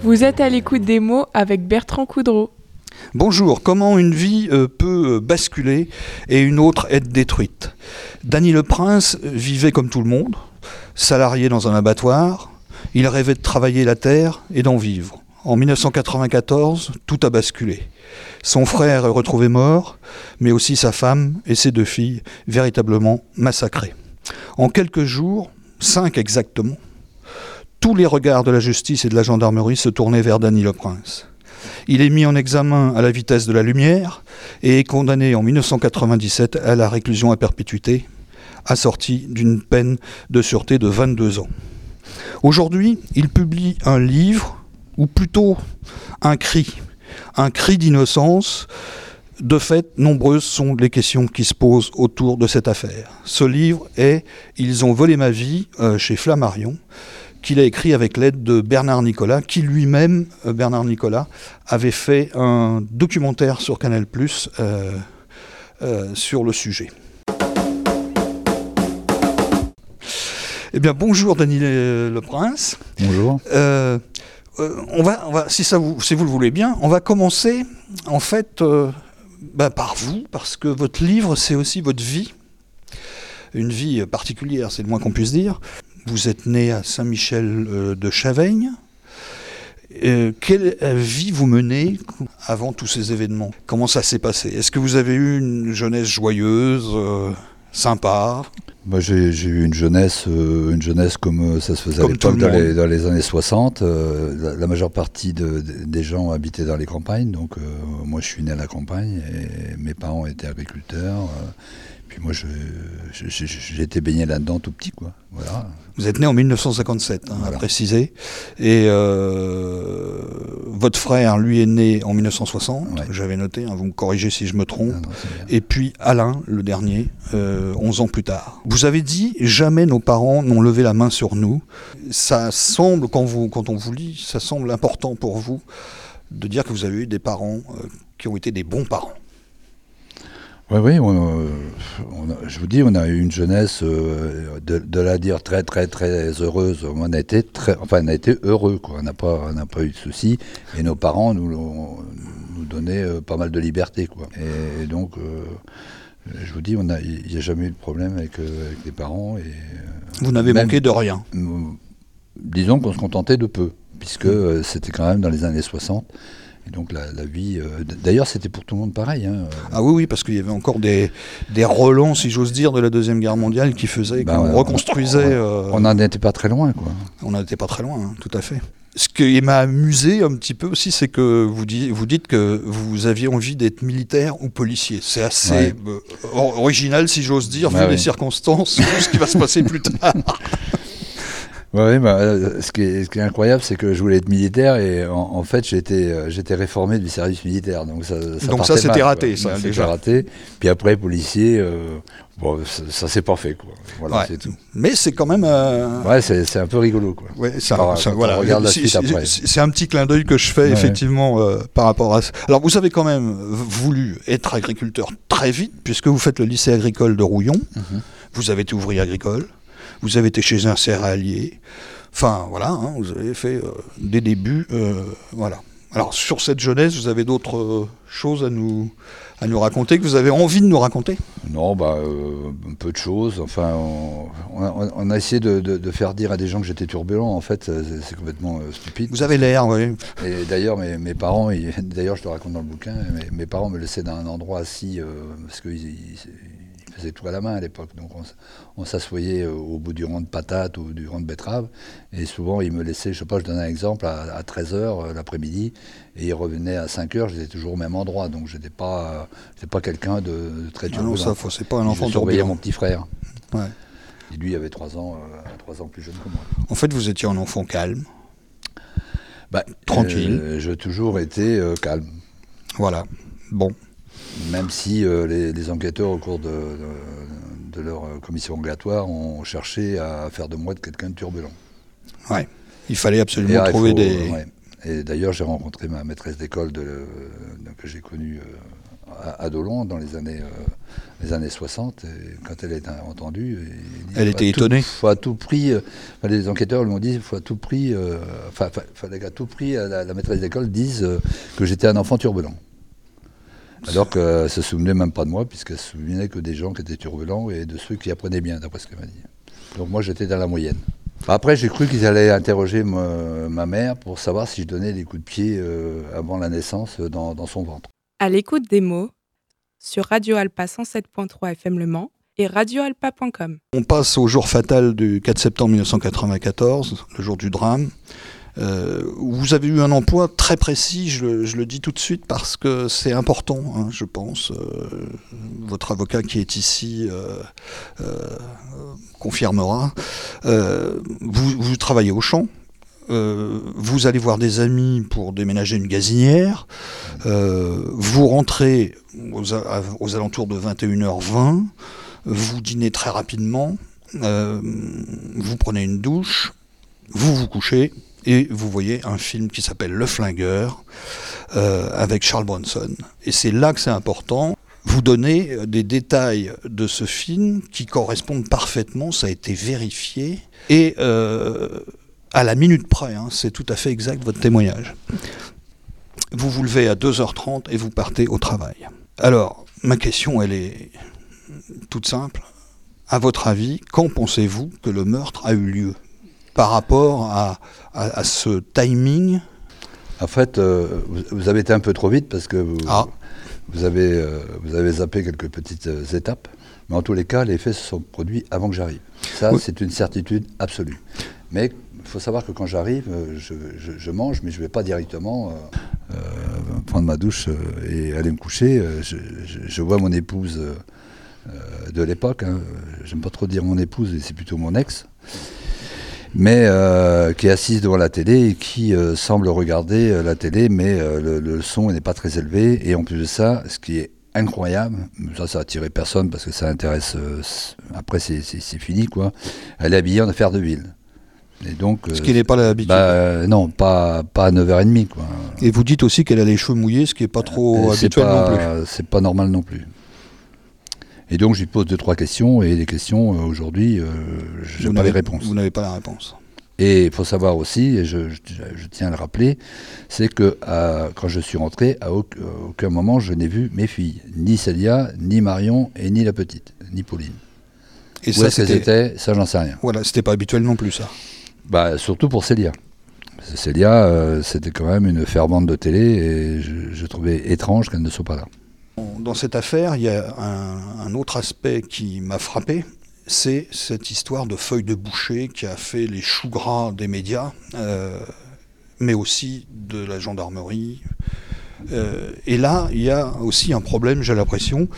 Vous êtes à l'écoute des mots avec Bertrand Coudreau. Bonjour, comment une vie peut basculer et une autre être détruite ? Danny Le Prince vivait comme tout le monde, salarié dans un abattoir. Il rêvait de travailler la terre et d'en vivre. En 1994, tout a basculé. Son frère est retrouvé mort, mais aussi sa femme et ses 2 filles, véritablement massacrées. En quelques jours, 5 exactement, tous les regards de la justice et de la gendarmerie se tournaient vers Danny Le Prince. Il est mis en examen à la vitesse de la lumière et est condamné en 1997 à la réclusion à perpétuité, assorti d'une peine de sûreté de 22 ans. Aujourd'hui, il publie un livre, ou plutôt un cri d'innocence. De fait, nombreuses sont les questions qui se posent autour de cette affaire. Ce livre est « Ils ont volé ma vie » chez Flammarion, qu'il a écrit avec l'aide de Bernard Nicolas, qui lui-même, Bernard Nicolas, avait fait un documentaire sur Canal+, sur le sujet. Eh bien, bonjour Danny Le Prince. Bonjour. On va, si vous le voulez bien, on va commencer en fait par vous, parce que votre livre, c'est aussi votre vie. Une vie particulière, c'est le moins qu'on puisse dire. Vous êtes né à Saint-Michel de Chaveigne. Quelle vie vous menez avant tous ces événements ? Comment ça s'est passé ? Est-ce que vous avez eu une jeunesse joyeuse, sympa ? J'ai eu une jeunesse comme ça se faisait comme à l'époque dans les années 60. La majeure partie des gens habitaient dans les campagnes, donc moi je suis né à la campagne et mes parents étaient agriculteurs. Puis moi j'ai été baigné là-dedans tout petit, quoi. Voilà. Vous êtes né en 1957, voilà. À préciser. Et votre frère, lui, est né en 1960, ouais. J'avais noté, vous me corrigez si je me trompe. Non, et puis Alain, le dernier, 11 ans plus tard. Vous avez dit « Jamais nos parents n'ont levé la main sur nous ». Ça semble, quand on vous lit, ça semble important pour vous de dire que vous avez eu des parents qui ont été des bons parents. Oui, je vous dis, on a eu une jeunesse, de la dire très très très heureuse. On a été heureux, quoi. On n'a pas eu de soucis, et nos parents nous donnaient pas mal de liberté, quoi. Et donc, je vous dis, il n'y a jamais eu de problème avec les parents. Vous n'avez manqué de rien. Disons qu'on se contentait de peu, puisque c'était quand même dans les années 60. Et donc la vie... D'ailleurs, c'était pour tout le monde pareil. Ah oui, parce qu'il y avait encore des relents, si j'ose dire, de la Deuxième Guerre mondiale qui faisaient qu'on reconstruisait... On n'en était pas très loin, quoi. On n'en était pas très loin, tout à fait. Ce qui m'a amusé un petit peu aussi, c'est que vous dites que vous aviez envie d'être militaire ou policier. C'est assez original, si j'ose dire, vu les circonstances, tout ce qui va se passer plus tard. Oui, ce qui est incroyable, c'est que je voulais être militaire et en fait j'étais réformé du service militaire. Donc ça c'était mal, raté, ça déjà. C'était raté. Puis après policier, ça s'est pas fait, quoi. Voilà, c'est tout. Mais c'est quand même. C'est un peu rigolo, quoi. Ouais, voilà. On regarde la suite après. C'est un petit clin d'œil que je fais effectivement par rapport à ça. Alors vous avez quand même voulu être agriculteur très vite puisque vous faites le lycée agricole de Rouillon. Mm-hmm. Vous avez été ouvrier agricole. Vous avez été chez un céréalier. Enfin, voilà, vous avez fait des débuts. Voilà. Alors, sur cette jeunesse, vous avez d'autres choses à nous raconter, que vous avez envie de nous raconter ? Non, un peu de choses. Enfin, on a essayé de faire dire à des gens que j'étais turbulent. En fait, c'est complètement stupide. Vous avez l'air, oui. Et d'ailleurs, mes parents, d'ailleurs, je te raconte dans le bouquin, mes parents me laissaient dans un endroit assis, parce qu'ils faisait tout à la main à l'époque, donc on s'assoyait au bout du rang de patates ou du rang de betteraves, et souvent ils me laissaient, je donne un exemple, à 13h l'après-midi, et ils revenaient à 5h, j'étais toujours au même endroit, donc j'étais pas quelqu'un de très turbulent. Non, ça, c'est pas un enfant turbulent. Je surveillais mon petit frère. Ouais. Et lui avait 3 ans plus jeune que moi. En fait, vous étiez un enfant calme, tranquille. J'ai toujours été calme. Voilà, bon. Même si les enquêteurs, au cours de leur commission rogatoire, ont cherché à faire de moi quelqu'un de turbulent. Ouais, il fallait absolument trouver des... Et d'ailleurs, j'ai rencontré ma maîtresse d'école que j'ai connue à Dolon dans les années 60. Et quand elle a été entendue, elle était étonnée. Faut à tout prix. Les enquêteurs lui ont dit, faut à tout prix. Fallait qu'à tout prix la maîtresse d'école dise que j'étais un enfant turbulent. Alors qu'elle ne se souvenait même pas de moi, puisqu'elle se souvenait que des gens qui étaient turbulents et de ceux qui apprenaient bien, d'après ce qu'elle m'a dit. Donc moi, j'étais dans la moyenne. Après, j'ai cru qu'ils allaient interroger ma mère pour savoir si je donnais des coups de pied avant la naissance dans son ventre. À l'écoute des mots, sur Radio Alpa 107.3 FM Le Mans et radioalpa.com. On passe au jour fatal du 4 septembre 1994, le jour du drame. Vous avez eu un emploi très précis, je le dis tout de suite parce que c'est important, hein, je pense. Votre avocat qui est ici confirmera. Vous travaillez au champ, vous allez voir des amis pour déménager une gazinière, vous rentrez aux alentours de 21h20, vous dînez très rapidement, vous prenez une douche, vous vous couchez, et vous voyez un film qui s'appelle Le Flingueur, avec Charles Bronson. Et c'est là que c'est important. Vous donnez des détails de ce film qui correspondent parfaitement, ça a été vérifié, et à la minute près, hein, c'est tout à fait exact votre témoignage. Vous vous levez à 2h30 et vous partez au travail. Alors, ma question, elle est toute simple. À votre avis, quand pensez-vous que le meurtre a eu lieu ? Par rapport à ce timing? En fait, vous avez été un peu trop vite parce que vous avez zappé quelques petites étapes. Mais en tous les cas, les faits se sont produits avant que j'arrive. Ça, oui. C'est une certitude absolue. Mais il faut savoir que quand j'arrive, je mange, mais je ne vais pas directement prendre ma douche et aller me coucher. Je vois mon épouse de l'époque. Hein. J'aime pas trop dire mon épouse, c'est plutôt mon ex. Mais qui est assise devant la télé et qui semble regarder la télé, mais le son n'est pas très élevé. Et en plus de ça, ce qui est incroyable, ça a attiré personne parce que ça intéresse, après c'est fini quoi, elle est habillée en affaires de ville. Et donc, ce qui n'est pas l'habitude. Non, pas à 9h30 quoi. Et vous dites aussi qu'elle a les cheveux mouillés, ce qui n'est pas trop habituel non plus. C'est pas normal non plus. Et donc je lui pose 2-3 questions, et les questions aujourd'hui, je n'ai pas les réponses. Vous n'avez pas la réponse. Et il faut savoir aussi, et je tiens à le rappeler, c'est que quand je suis rentré, à aucun moment je n'ai vu mes filles, ni Célia, ni Marion, et ni la petite, ni Pauline. Et où ça, est-ce qu'elles étaient, ça j'en sais rien. Voilà, c'était pas habituel non plus ça. Surtout pour Célia. Parce que Célia, c'était quand même une fervente de télé, et je trouvais étrange qu'elle ne soit pas là. Dans cette affaire, il y a un autre aspect qui m'a frappé, c'est cette histoire de feuille de boucher qui a fait les choux gras des médias, mais aussi de la gendarmerie. Et là, il y a aussi un problème, j'ai l'impression.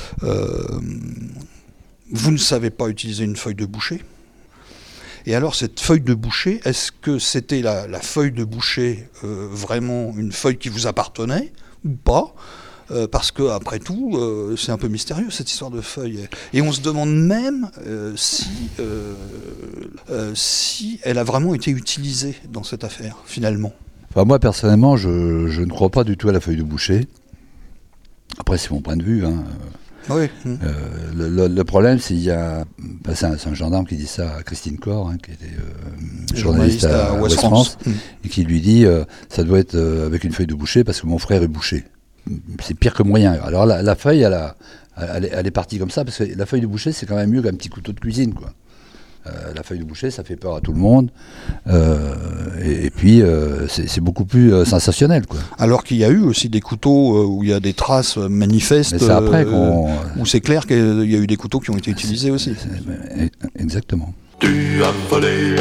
Vous ne savez pas utiliser une feuille de boucher. Et alors, cette feuille de boucher, est-ce que c'était la feuille de boucher vraiment une feuille qui vous appartenait ou pas ? Parce que après tout, c'est un peu mystérieux cette histoire de feuille. Et on se demande même si elle a vraiment été utilisée dans cette affaire, finalement. Enfin, moi, personnellement, je ne crois pas du tout à la feuille de boucher. Après, c'est mon point de vue. Hein. Oui. Le problème, c'est qu'il y a... c'est un gendarme qui dit ça à Christine Corr, hein, qui était journaliste à Ouest France, et qui lui dit ça doit être avec une feuille de boucher parce que mon frère est boucher. C'est pire que moyen. Alors la feuille, elle est partie comme ça, parce que la feuille de boucher, c'est quand même mieux qu'un petit couteau de cuisine, quoi. La feuille de boucher, ça fait peur à tout le monde. Et puis, c'est beaucoup plus sensationnel, quoi. Alors qu'il y a eu aussi des couteaux où il y a des traces manifestes, mais c'est après où c'est clair qu'il y a eu des couteaux qui ont été utilisés aussi. Exactement. Tu as volé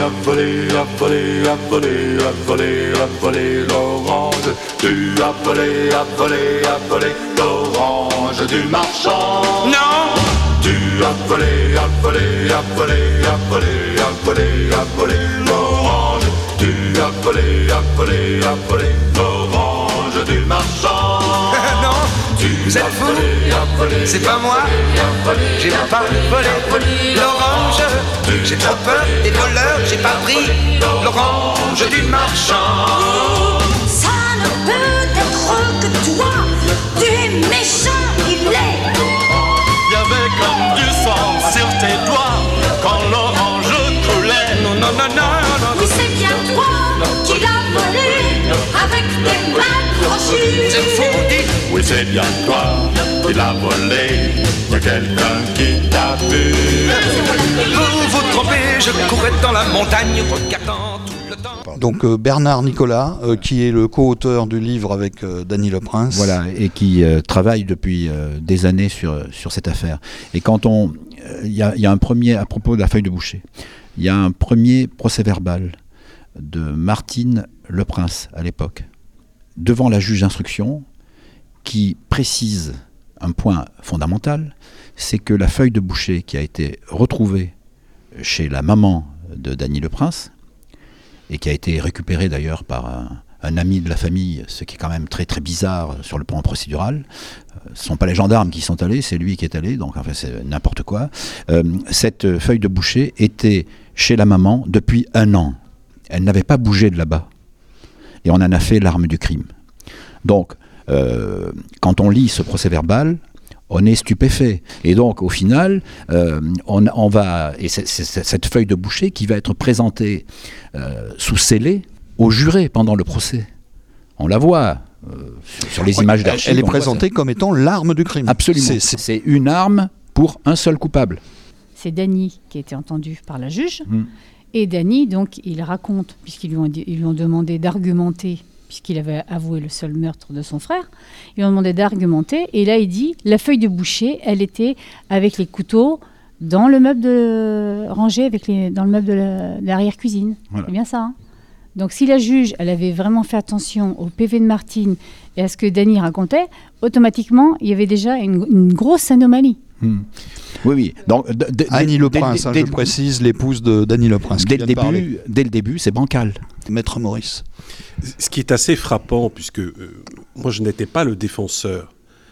l'orange. Tu as volé l'orange du marchand. Non. Tu as volé l'orange. Tu as volé l'orange du marchand. Non. Vous êtes fous, c'est pas moi, j'ai pas volé l'orange, j'ai trop peur des voleurs, j'ai pas pris l'orange du marchand. Ça ne peut être que toi, tu es méchant. non, non, non. Oui, c'est bien toi qui l'as volé avec tes mains crochues. C'est faux, dites. Oui, c'est bien toi qui l'as volé. Y a quelqu'un qui t'a vu. Vous vous trompez, je courais dans la montagne regardant tout le temps. Donc Bernard Nicolas, qui est le co-auteur du livre avec Dany Leprince. Voilà, et qui travaille depuis des années sur cette affaire. Et quand il y a un premier, à propos de la feuille de boucher, il y a un premier procès-verbal de Martine Leprince à l'époque, devant la juge d'instruction, qui précise un point fondamental, c'est que la feuille de boucher qui a été retrouvée chez la maman de Dany Leprince, et qui a été récupérée d'ailleurs par un ami de la famille, ce qui est quand même très très bizarre sur le plan procédural. Ce ne sont pas les gendarmes qui sont allés, c'est lui qui est allé, donc enfin c'est n'importe quoi. Cette feuille de boucher était chez la maman depuis 1 an. Elle n'avait pas bougé de là-bas. Et on en a fait l'arme du crime. Donc, quand on lit ce procès-verbal, on est stupéfait. Et donc, au final, on va... Et c'est cette feuille de boucher qui va être présentée sous scellé aux jurés pendant le procès. On la voit sur les images d'archives. Elle est présentée comme étant l'arme du crime. Absolument. C'est une arme pour un seul coupable. C'est Dany qui a été entendu par la juge. Et Dany, donc, il raconte, puisqu'ils lui ont demandé d'argumenter, puisqu'il avait avoué le seul meurtre de son frère, ils lui ont demandé d'argumenter, et là il dit, la feuille de boucher, elle était avec les couteaux dans le meuble rangé dans le meuble de l'arrière-cuisine. Voilà. C'est bien ça, hein. Donc si la juge, elle avait vraiment fait attention au PV de Martine et à ce que Dany racontait, automatiquement, il y avait déjà une grosse anomalie. Oui. Donc, Annie Leprince, je précise, l'épouse de Dany Leprince. Dès le début, c'est bancal. Maître Maurice. Ce qui est assez frappant, puisque moi je n'étais pas le défenseur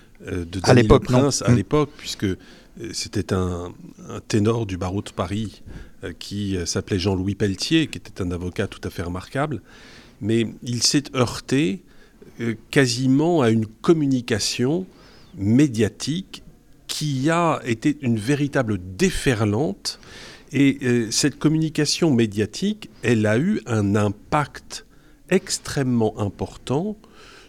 de Dany Leprince à l'époque, puisque c'était un ténor du barreau de Paris qui s'appelait Jean-Louis Pelletier, qui était un avocat tout à fait remarquable, mais il s'est heurté quasiment à une communication médiatique qui a été une véritable déferlante. Et cette communication médiatique, elle a eu un impact extrêmement important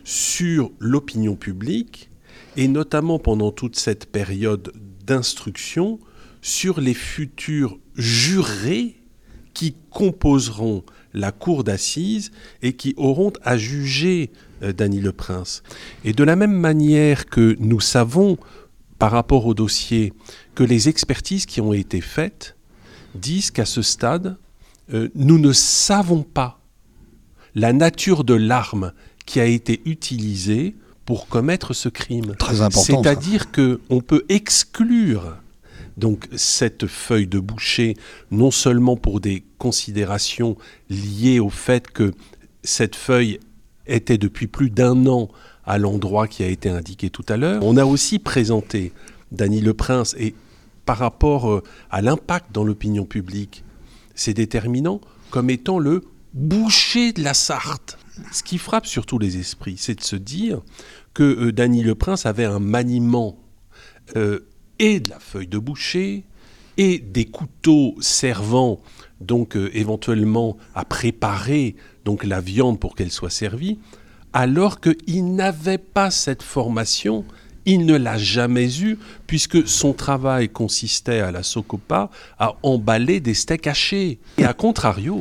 sur l'opinion publique, et notamment pendant toute cette période d'instruction, sur les futurs jurés qui composeront la cour d'assises et qui auront à juger Dany Leprince. Et de la même manière que nous savons, par rapport au dossier, que les expertises qui ont été faites disent qu'à ce stade, nous ne savons pas la nature de l'arme qui a été utilisée pour commettre ce crime. Très important. C'est-à-dire qu'on peut exclure donc cette feuille de boucher, non seulement pour des considérations liées au fait que cette feuille était depuis plus d'1 an à l'endroit qui a été indiqué tout à l'heure. On a aussi présenté Dany Leprince, et par rapport à l'impact dans l'opinion publique, c'est déterminant, comme étant le boucher de la Sarthe. Ce qui frappe surtout les esprits, c'est de se dire que Dany Leprince avait un maniement et de la feuille de boucher et des couteaux servant donc éventuellement à préparer donc la viande pour qu'elle soit servie, alors qu'il n'avait pas cette formation, il ne l'a jamais eue, puisque son travail consistait à la Socopa à emballer des steaks hachés. Et à contrario,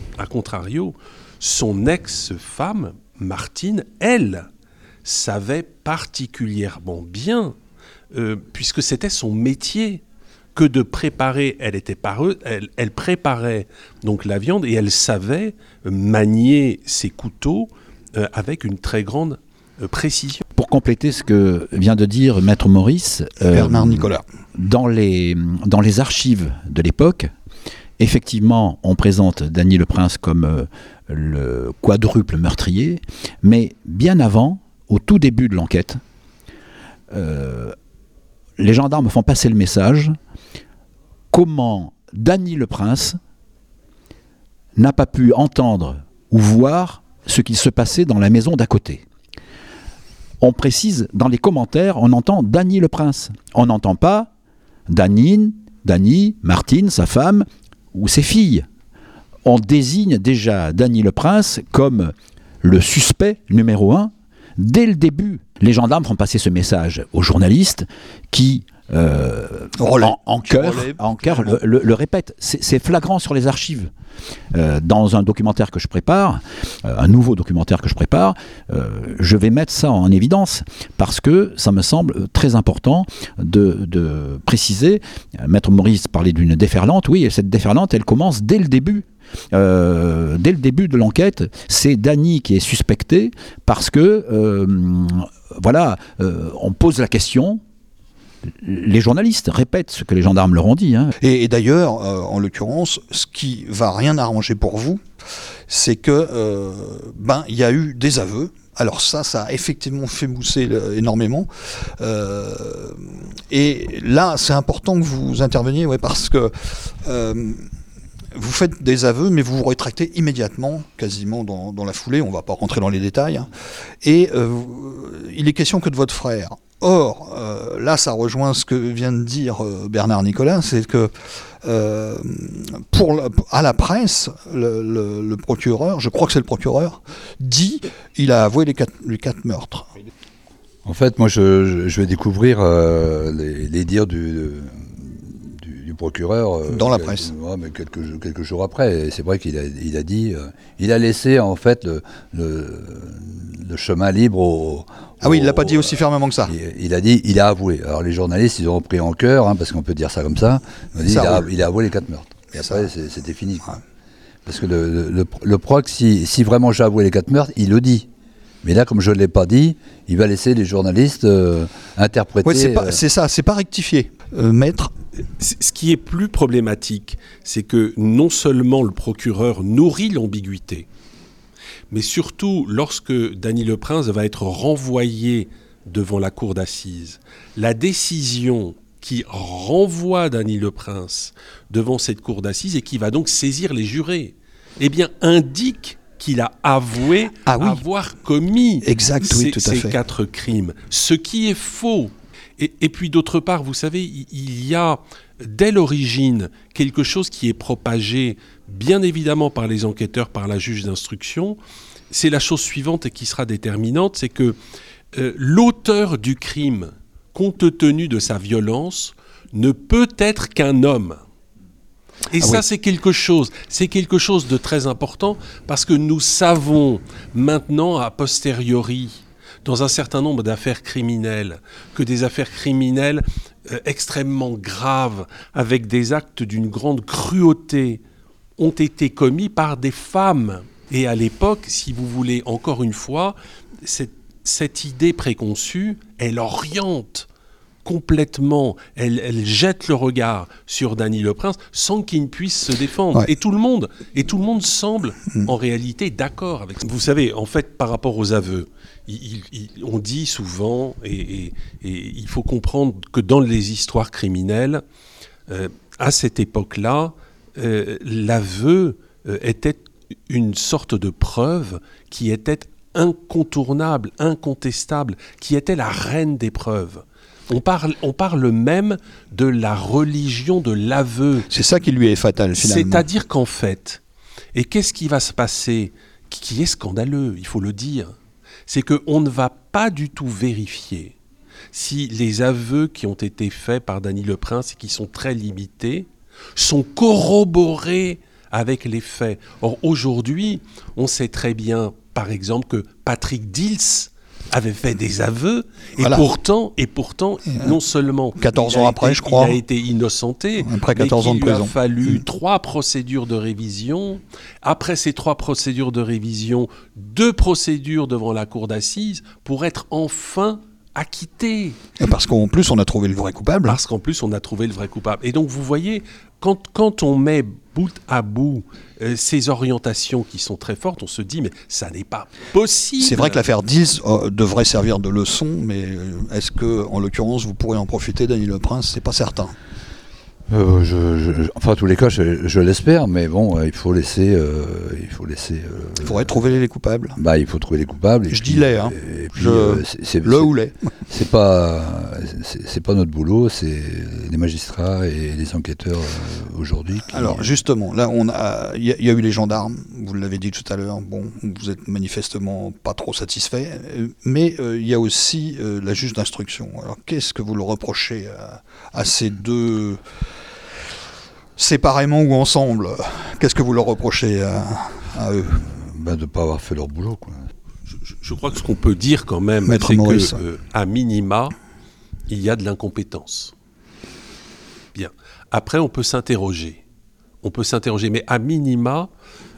son ex-femme, Martine, elle, savait particulièrement bien, puisque c'était son métier, que de préparer, elle préparait donc la viande et elle savait manier ses couteaux avec une très grande précision. Pour compléter ce que vient de dire Maître Maurice, Bernard Nicolas, dans les archives de l'époque, effectivement, on présente Dany Leprince comme le quadruple meurtrier, mais bien avant, au tout début de l'enquête, les gendarmes font passer le message comment Dany Leprince n'a pas pu entendre ou voir ce qui se passait dans la maison d'à côté. On précise, dans les commentaires, on entend Dany Leprince. On n'entend pas Dany, Martine, sa femme, ou ses filles. on désigne déjà Dany Le Prince comme le suspect numéro 1 dès le début. Les gendarmes font passer ce message aux journalistes qui, en chœur, le répètent. C'est flagrant sur les archives. Dans un documentaire que je prépare, un nouveau documentaire que je prépare, je vais mettre ça en évidence parce que ça me semble très important de préciser. Maître Maurice parlait d'une déferlante, oui, et cette déferlante, elle commence dès le début. Dès le début de l'enquête, c'est Dany qui est suspecté parce que, on pose la question. Les journalistes répètent ce que les gendarmes leur ont dit. Hein. Et d'ailleurs, en l'occurrence, ce qui va rien arranger pour vous, c'est que il y a eu des aveux. Alors ça a effectivement fait mousser énormément. Et là, c'est important que vous interveniez, parce que vous faites des aveux, mais vous vous rétractez immédiatement, quasiment dans la foulée. On ne va pas rentrer dans les détails. Hein. Et il est question que de votre frère. Or, là, ça rejoint ce que vient de dire Bernard Nicolas, c'est que à la presse, le procureur, je crois que c'est le procureur, dit il a avoué les quatre meurtres. En fait, moi, je vais découvrir les dires du procureur dans la presse. Mais quelques jours après. Et c'est vrai qu'il a dit, il a laissé en fait le chemin libre il l'a pas dit aussi fermement que ça. Il a dit, il a avoué. Alors les journalistes, ils ont pris en cœur, parce qu'on peut dire ça comme ça. Il a avoué les 4 meurtres. Et après, c'était fini. Ouais. Parce que le proc, si vraiment j'ai avoué les 4 meurtres, il le dit. Mais là, comme je ne l'ai pas dit, il va laisser les journalistes interpréter. Oui, c'est ça, c'est pas rectifié. Maître. Ce qui est plus problématique, c'est que non seulement le procureur nourrit l'ambiguïté, mais surtout lorsque Dany Le Prince va être renvoyé devant la cour d'assises, la décision qui renvoie Dany Le Prince devant cette cour d'assises et qui va donc saisir les jurés, indique qu'il a avoué avoir commis ces 4 crimes, ce qui est faux. Et puis d'autre part, vous savez, il y a dès l'origine quelque chose qui est propagé, bien évidemment par les enquêteurs, par la juge d'instruction. C'est la chose suivante et qui sera déterminante, c'est que l'auteur du crime, compte tenu de sa violence, ne peut être qu'un homme. Et c'est quelque chose de très important parce que nous savons maintenant a posteriori, dans un certain nombre d'affaires criminelles, que des affaires criminelles extrêmement graves, avec des actes d'une grande cruauté, ont été commis par des femmes. Et à l'époque, si vous voulez, encore une fois, cette idée préconçue, elle oriente complètement, elle jette le regard sur Dany Le Prince sans qu'il ne puisse se défendre. Ouais. Et tout le monde semble en réalité d'accord avec ça. Vous savez, en fait, par rapport aux aveux, on dit souvent, et il faut comprendre que dans les histoires criminelles, à cette époque-là, l'aveu était une sorte de preuve qui était incontournable, incontestable, qui était la reine des preuves. On parle même de la religion de l'aveu. C'est ça qui lui est fatal, finalement. C'est-à-dire qu'en fait, et qu'est-ce qui va se passer, qui est scandaleux, il faut le dire, c'est qu'on ne va pas du tout vérifier si les aveux qui ont été faits par Dany Le Prince, et qui sont très limités, sont corroborés avec les faits. Or, aujourd'hui, on sait très bien, par exemple, que Patrick Dils avait fait des aveux, et pourtant, non seulement 14 ans après, je crois, il a été innocenté, après 14 ans de prison. Il a fallu 3 procédures de révision. Après ces 3 procédures de révision, 2 procédures devant la cour d'assises pour être enfin acquitté. Et parce qu'en plus, on a trouvé le vrai coupable. Et donc, vous voyez, quand on met bout à bout ces orientations qui sont très fortes, on se dit, mais ça n'est pas possible. C'est vrai que l'affaire Dils devrait servir de leçon, mais est-ce que, en l'occurrence, vous pourrez en profiter, Dany Le Prince ? C'est pas certain. Enfin, en tous les cas, je l'espère, mais bon, il faut laisser. Il faudrait trouver les coupables. Il faut trouver les coupables. Je dis les, hein. Le ou les. C'est pas notre boulot, c'est les magistrats et les enquêteurs aujourd'hui. Alors justement, là, il y a eu les gendarmes. Vous l'avez dit tout à l'heure. Bon, vous êtes manifestement pas trop satisfait, mais il y a aussi la juge d'instruction. Alors, qu'est-ce que vous le reprochez à ces deux? Séparément ou ensemble, qu'est-ce que vous leur reprochez à eux? De ne pas avoir fait leur boulot, quoi. Je crois que ce qu'on peut dire quand même, Maître c'est Maurice, qu'à minima, il y a de l'incompétence. Bien. Après, on peut s'interroger. Mais à minima,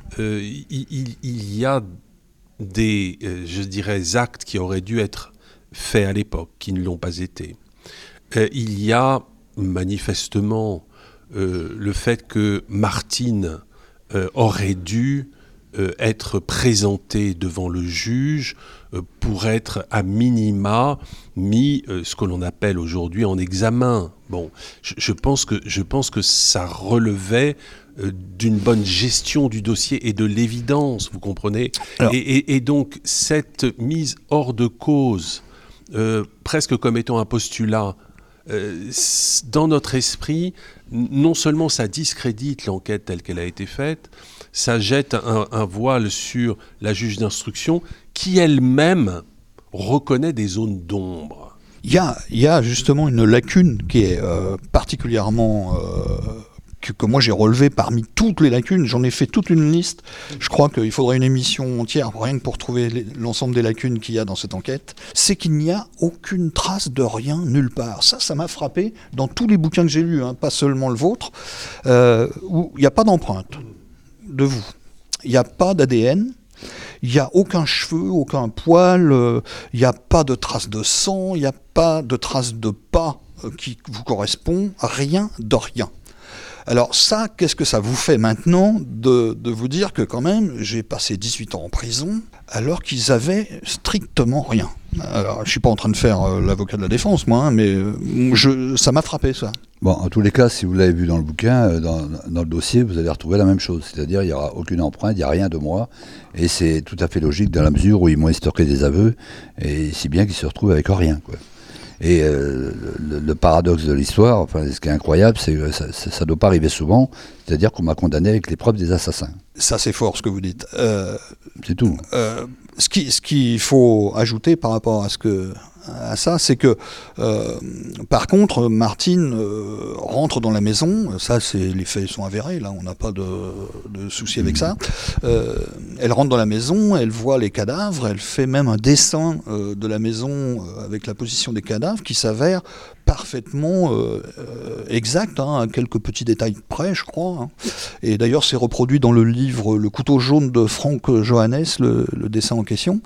il y a des, je dirais, actes qui auraient dû être faits à l'époque, qui ne l'ont pas été. Il y a manifestement le fait que Martine aurait dû être présentée devant le juge pour être à minima mis ce que l'on appelle aujourd'hui en examen. Bon, je pense que ça relevait d'une bonne gestion du dossier et de l'évidence, vous comprenez. Alors, et donc cette mise hors de cause, presque comme étant un postulat, dans notre esprit, non seulement ça discrédite l'enquête telle qu'elle a été faite, ça jette un voile sur la juge d'instruction qui elle-même reconnaît des zones d'ombre. Il y a justement une lacune qui est particulièrement... que moi j'ai relevé parmi toutes les lacunes, j'en ai fait toute une liste. Je crois qu'il faudrait une émission entière rien que pour trouver l'ensemble des lacunes qu'il y a dans cette enquête. C'est qu'il n'y a aucune trace de rien nulle part. Ça m'a frappé dans tous les bouquins que j'ai lus, pas seulement le vôtre, où il n'y a pas d'empreinte de vous. Il n'y a pas d'ADN. Il n'y a aucun cheveu, aucun poil, il n'y a pas de trace de sang, il n'y a pas de trace de pas qui vous correspond, rien de rien. Alors ça, qu'est-ce que ça vous fait maintenant de vous dire que quand même, j'ai passé 18 ans en prison alors qu'ils avaient strictement rien. Alors, je ne suis pas en train de faire l'avocat de la défense, moi, mais ça m'a frappé, ça. Bon, en tous les cas, si vous l'avez vu dans le bouquin, dans le dossier, vous allez retrouver la même chose. C'est-à-dire, il n'y aura aucune empreinte, il n'y a rien de moi. Et c'est tout à fait logique dans la mesure où ils m'ont estorqué des aveux, et si bien qu'ils se retrouvent avec rien, quoi. Et le paradoxe de l'histoire, enfin, ce qui est incroyable, c'est que ça ne doit pas arriver souvent, c'est-à-dire qu'on m'a condamné avec les preuves des assassins. Ça, c'est fort ce que vous dites. C'est tout. Ce qu'il faut ajouter par rapport à ça, c'est que, par contre, Martine rentre dans la maison, ça, les faits sont avérés, là, on n'a pas de souci avec ça. Elle rentre dans la maison, elle voit les cadavres, elle fait même un dessin de la maison avec la position des cadavres qui s'avère parfaitement exact, à quelques petits détails près, je crois. Et d'ailleurs, c'est reproduit dans le livre Le couteau jaune de Frank Johannes, le dessin en question.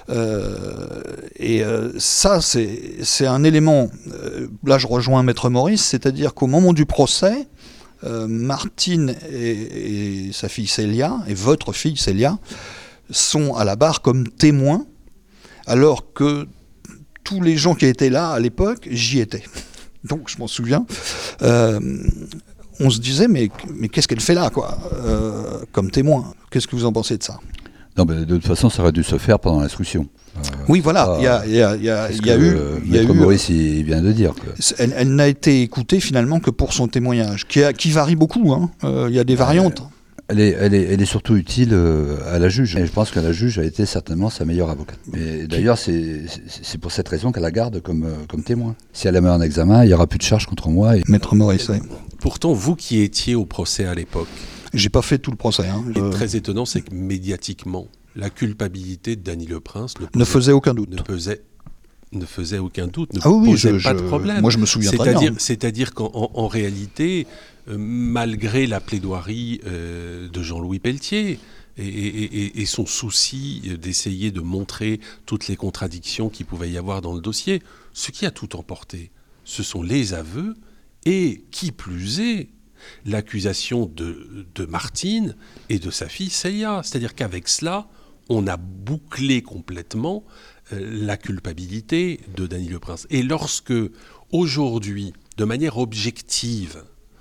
Ça, c'est un élément, là je rejoins Maître Maurice, c'est-à-dire qu'au moment du procès, Martine et sa fille Célia, et votre fille Célia, sont à la barre comme témoins, alors que tous les gens qui étaient là à l'époque, j'y étais. Donc je m'en souviens. On se disait, mais qu'est-ce qu'elle fait là, quoi, comme témoin? Qu'est-ce que vous en pensez de ça? Non, mais de toute façon, ça aurait dû se faire pendant l'instruction. Oui, voilà, il y a eu... Maître Maurice, il vient de dire. Elle n'a été écoutée finalement que pour son témoignage, qui varie beaucoup. Il y a des variantes. Elle est surtout utile à la juge. Et je pense que la juge a été certainement sa meilleure avocate. Et d'ailleurs, c'est pour cette raison qu'elle la garde comme témoin. Si elle la met en examen, il n'y aura plus de charge contre moi. Maître Maurice, oui. Pourtant, vous qui étiez au procès à l'époque... J'ai pas fait tout le procès. Ce qui est très étonnant, c'est que médiatiquement, la culpabilité de Dany Leprince ne faisait aucun doute. Ne faisait aucun doute, ne posait pas de problème. Moi, je me souviens très bien. C'est-à-dire qu'en réalité, malgré la plaidoirie de Jean-Louis Pelletier et son souci d'essayer de montrer toutes les contradictions qu'il pouvait y avoir dans le dossier, ce qui a tout emporté, ce sont les aveux et, qui plus est, l'accusation de Martine et de sa fille Célia. C'est-à-dire qu'avec cela, on a bouclé complètement la culpabilité de Dany Leprince. Et lorsque, aujourd'hui, de manière objective,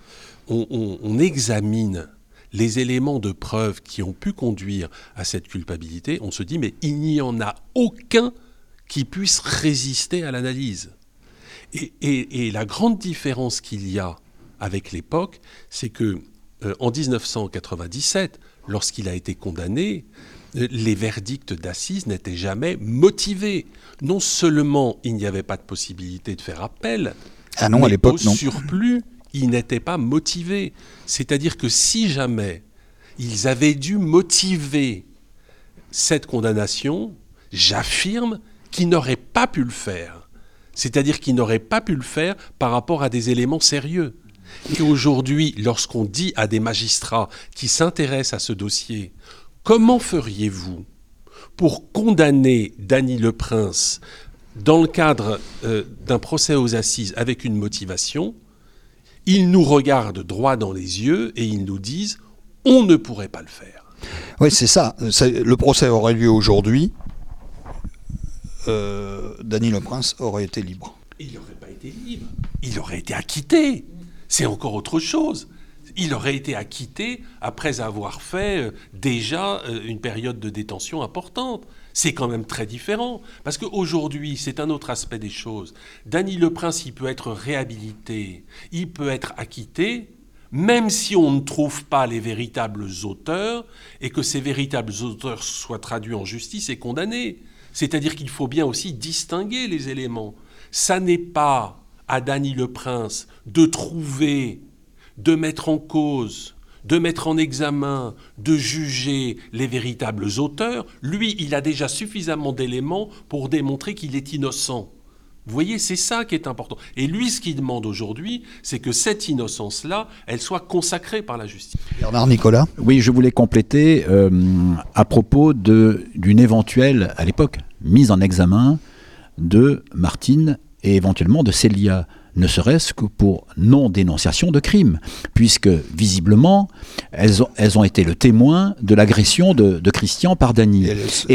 on examine les éléments de preuve qui ont pu conduire à cette culpabilité, on se dit mais il n'y en a aucun qui puisse résister à l'analyse. Et la grande différence qu'il y a avec l'époque, c'est que en 1997, lorsqu'il a été condamné, les verdicts d'assises n'étaient jamais motivés. Non seulement il n'y avait pas de possibilité de faire appel, mais à l'époque, au surplus, ils n'étaient pas motivés. C'est-à-dire que si jamais ils avaient dû motiver cette condamnation, j'affirme qu'ils n'auraient pas pu le faire. C'est-à-dire qu'ils n'auraient pas pu le faire par rapport à des éléments sérieux. Et aujourd'hui, lorsqu'on dit à des magistrats qui s'intéressent à ce dossier, comment feriez-vous pour condamner Dany Le Prince dans le cadre d'un procès aux assises avec une motivation ? Ils nous regardent droit dans les yeux et ils nous disent « on ne pourrait pas le faire ». Oui, c'est ça. Le procès aurait lieu aujourd'hui. Dany Le Prince aurait été libre. Il n'aurait pas été libre. Il aurait été acquitté. C'est encore autre chose. Il aurait été acquitté après avoir fait déjà une période de détention importante. C'est quand même très différent. Parce qu'aujourd'hui, c'est un autre aspect des choses. Dany Le Prince, il peut être réhabilité, il peut être acquitté, même si on ne trouve pas les véritables auteurs et que ces véritables auteurs soient traduits en justice et condamnés. C'est-à-dire qu'il faut bien aussi distinguer les éléments. Ça n'est pas à Dany Le Prince de trouver, de mettre en cause, de mettre en examen, de juger les véritables auteurs. Lui, il a déjà suffisamment d'éléments pour démontrer qu'il est innocent. Vous voyez, c'est ça qui est important. Et lui, ce qu'il demande aujourd'hui, c'est que cette innocence-là, elle soit consacrée par la justice. Bernard Nicolas ? Oui, je voulais compléter à propos d'une éventuelle, à l'époque, mise en examen de Martine et éventuellement de Célia, ne serait-ce que pour non-dénonciation de crime, puisque visiblement, elles ont été le témoin de l'agression de Christian par Dany.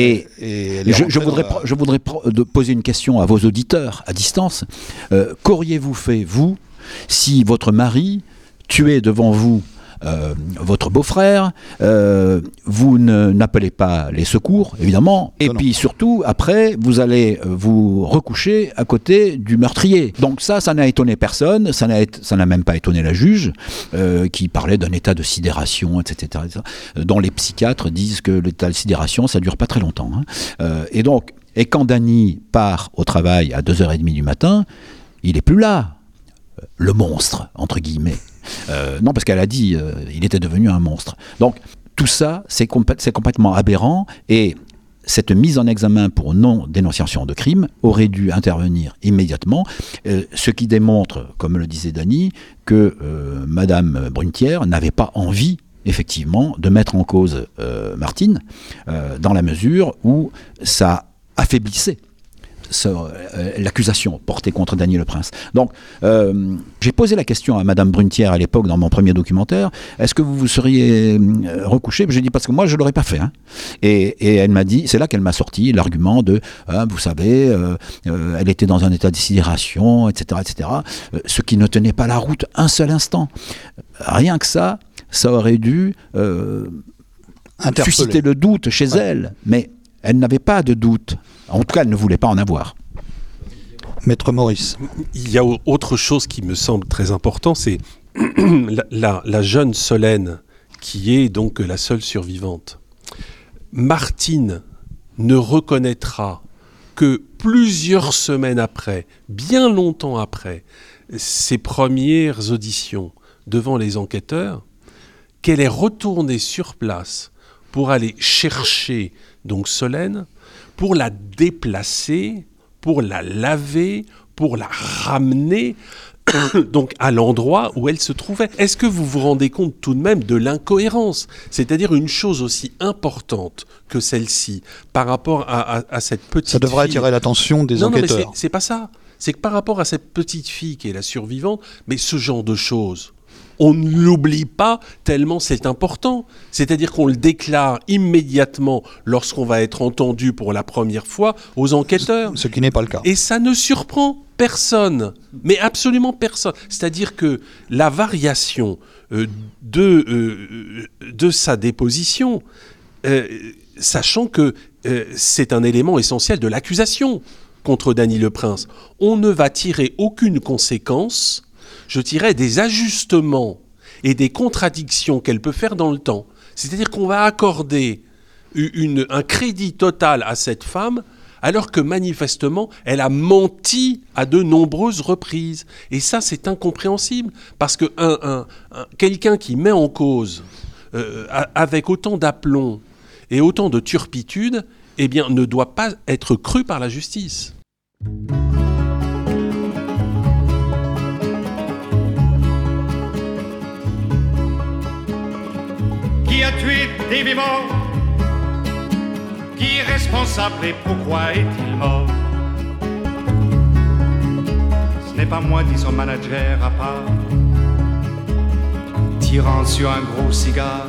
Je voudrais poser une question à vos auditeurs à distance. Qu'auriez-vous fait, vous, si votre mari tuait devant vous votre beau-frère, vous n'appelez pas les secours, évidemment, et puis surtout, après, vous allez vous recoucher à côté du meurtrier. Donc ça n'a étonné personne, ça n'a même pas étonné la juge, qui parlait d'un état de sidération, etc., dont les psychiatres disent que l'état de sidération, ça dure pas très longtemps. Et quand Dany part au travail à 2h30 du matin, il est plus là, le monstre, entre guillemets. Non, parce qu'elle a dit il était devenu un monstre. Donc tout ça, c'est complètement aberrant, et cette mise en examen pour non-dénonciation de crime aurait dû intervenir immédiatement, ce qui démontre, comme le disait Dany, que Madame Brunetière n'avait pas envie, effectivement, de mettre en cause Martine, dans la mesure où ça affaiblissait l'accusation portée contre Dany Le Prince. Donc, j'ai posé la question à Madame Brunetière à l'époque dans mon premier documentaire, est-ce que vous vous seriez recouché ? J'ai dit, parce que moi je ne l'aurais pas fait. Et elle m'a dit, c'est là qu'elle m'a sorti l'argument de, vous savez, elle était dans un état de sidération, etc., etc., ce qui ne tenait pas la route un seul instant. Rien que ça aurait dû susciter le doute chez elle, mais elle n'avait pas de doute. En tout cas, elle ne voulait pas en avoir. Maître Maurice. Il y a autre chose qui me semble très important, c'est la jeune Solène, qui est donc la seule survivante. Martine ne reconnaîtra que plusieurs semaines après, bien longtemps après, ses premières auditions devant les enquêteurs, qu'elle est retournée sur place pour aller chercher donc Solène, pour la déplacer, pour la laver, pour la ramener donc à l'endroit où elle se trouvait. Est-ce que vous vous rendez compte tout de même de l'incohérence ? C'est-à-dire une chose aussi importante que celle-ci par rapport à cette petite fille... Ça devrait attirer l'attention des enquêteurs. Non, mais c'est pas ça. C'est que par rapport à cette petite fille qui est la survivante, mais ce genre de choses... on ne l'oublie pas tellement c'est important. C'est-à-dire qu'on le déclare immédiatement lorsqu'on va être entendu pour la première fois aux enquêteurs. Ce qui n'est pas le cas. Et ça ne surprend personne, mais absolument personne. C'est-à-dire que la variation de sa déposition, sachant que c'est un élément essentiel de l'accusation contre Dany Le Prince, on ne va tirer aucune conséquence, je dirais des ajustements et des contradictions qu'elle peut faire dans le temps. C'est-à-dire qu'on va accorder un crédit total à cette femme, alors que manifestement, elle a menti à de nombreuses reprises. Et ça, c'est incompréhensible, parce que quelqu'un qui met en cause, avec autant d'aplomb et autant de turpitude, eh bien, ne doit pas être cru par la justice. Qui a tué Davy Moore? Qui est responsable et pourquoi est-il mort? Ce n'est pas moi, dit son manager à part, tirant sur un gros cigare.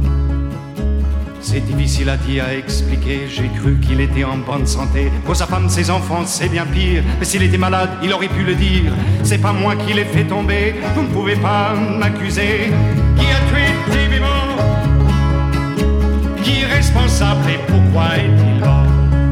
C'est difficile à dire, à expliquer. J'ai cru qu'il était en bonne santé. Pour sa femme, ses enfants, c'est bien pire. Mais s'il était malade, il aurait pu le dire. C'est pas moi qui l'ai fait tomber. Vous ne pouvez pas m'accuser. Qui a tué Davy Moore? Qui est responsable et pourquoi est-il mort?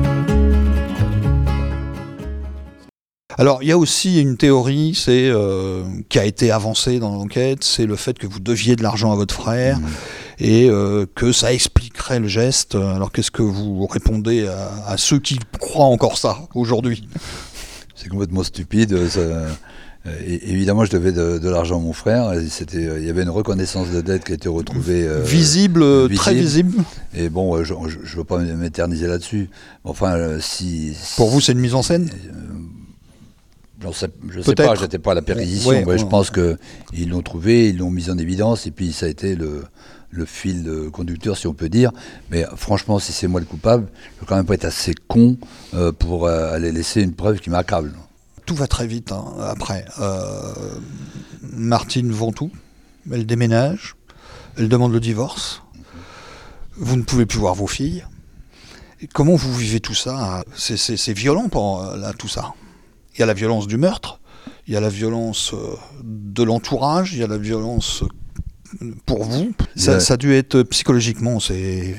Alors, il y a aussi une théorie, qui a été avancée dans l'enquête, c'est le fait que vous deviez de l'argent à votre frère et que ça expliquerait le geste. Alors, qu'est-ce que vous répondez à ceux qui croient encore ça aujourd'hui? C'est complètement stupide. Évidemment, je devais de l'argent à mon frère. Il y avait une reconnaissance de dette qui a été retrouvée visible, très visible. Et bon, je ne veux pas m'éterniser là-dessus. Enfin, pour vous, c'est une mise en scène? Je ne sais pas, j'étais pas à la perquisition, mais je pense qu'ils l'ont trouvé, ils l'ont mis en évidence, et puis ça a été le fil conducteur, si on peut dire. Mais franchement, si c'est moi le coupable, je ne veux quand même pas être assez con pour aller laisser une preuve qui m'accable. Tout va très vite après. Martine Ventoux, elle déménage, elle demande le divorce. Vous ne pouvez plus voir vos filles. Et comment vous vivez tout ça? C'est violent tout ça. Il y a la violence du meurtre, il y a la violence de l'entourage, il y a la violence pour vous. Ça a dû être psychologiquement, c'est